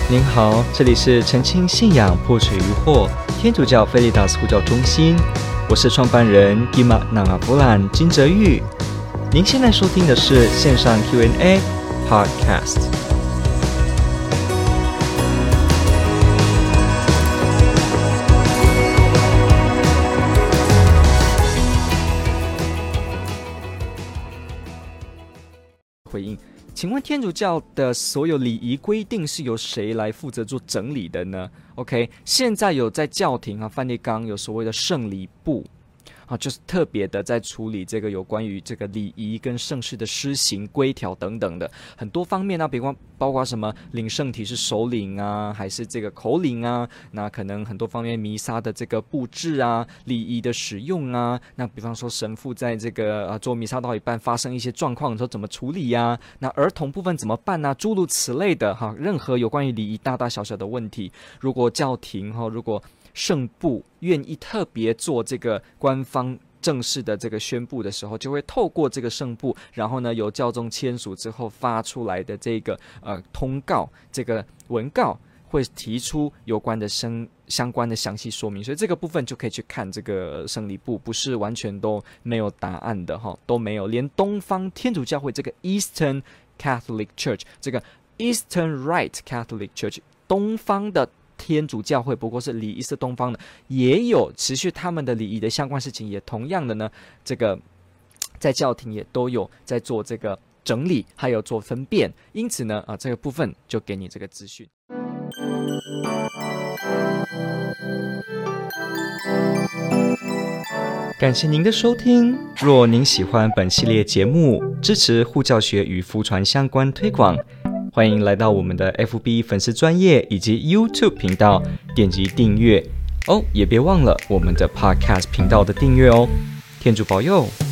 您好，这里是澄清信仰破除疑惑天主教菲利达斯呼叫中心，我是创办人 Gima Nangabulan 金哲玉。您现在收听的是线上 Q&A Podcast。回应，请问天主教的所有礼仪规定是由谁来负责做整理的呢 ？OK， 现在有在教廷梵蒂冈有所谓的圣礼部。就是特别的在处理这个有关于这个礼仪跟圣事的施行规条等等的很多方面啊，包括什么领圣体是首领啊，还是这个口领啊，那可能很多方面弥撒的这个布置啊，礼仪的使用啊，那比方说神父在这个做弥撒到一半发生一些状况的时候怎么处理啊，那儿童部分怎么办啊，诸如此类的任何有关于礼仪大大小小的问题，如果教廷如果圣部愿意特别做这个官方正式的这个宣布的时候，就会透过这个圣部，然后呢由教宗签署之后发出来的这个通告，这个文告会提出有关的相关的详细说明，所以这个部分就可以去看这个圣礼部，不是完全都没有答案的都没有，连东方天主教会这个 Eastern Catholic Church 这个 Eastern Rite Catholic Church 东方的天主教会，不过是礼仪是东方的，也有持续他们的礼仪的相关事情，也同样的呢，这个在教廷也都有在做这个整理，还有做分辨，因此呢，这个部分就给你这个资讯。感谢您的收听，若您喜欢本系列节目，支持护教学与福传相关推广，欢迎来到我们的 FB 粉丝专页以及 YouTube 频道点击订阅也别忘了我们的 Podcast 频道的订阅哦。天主保佑。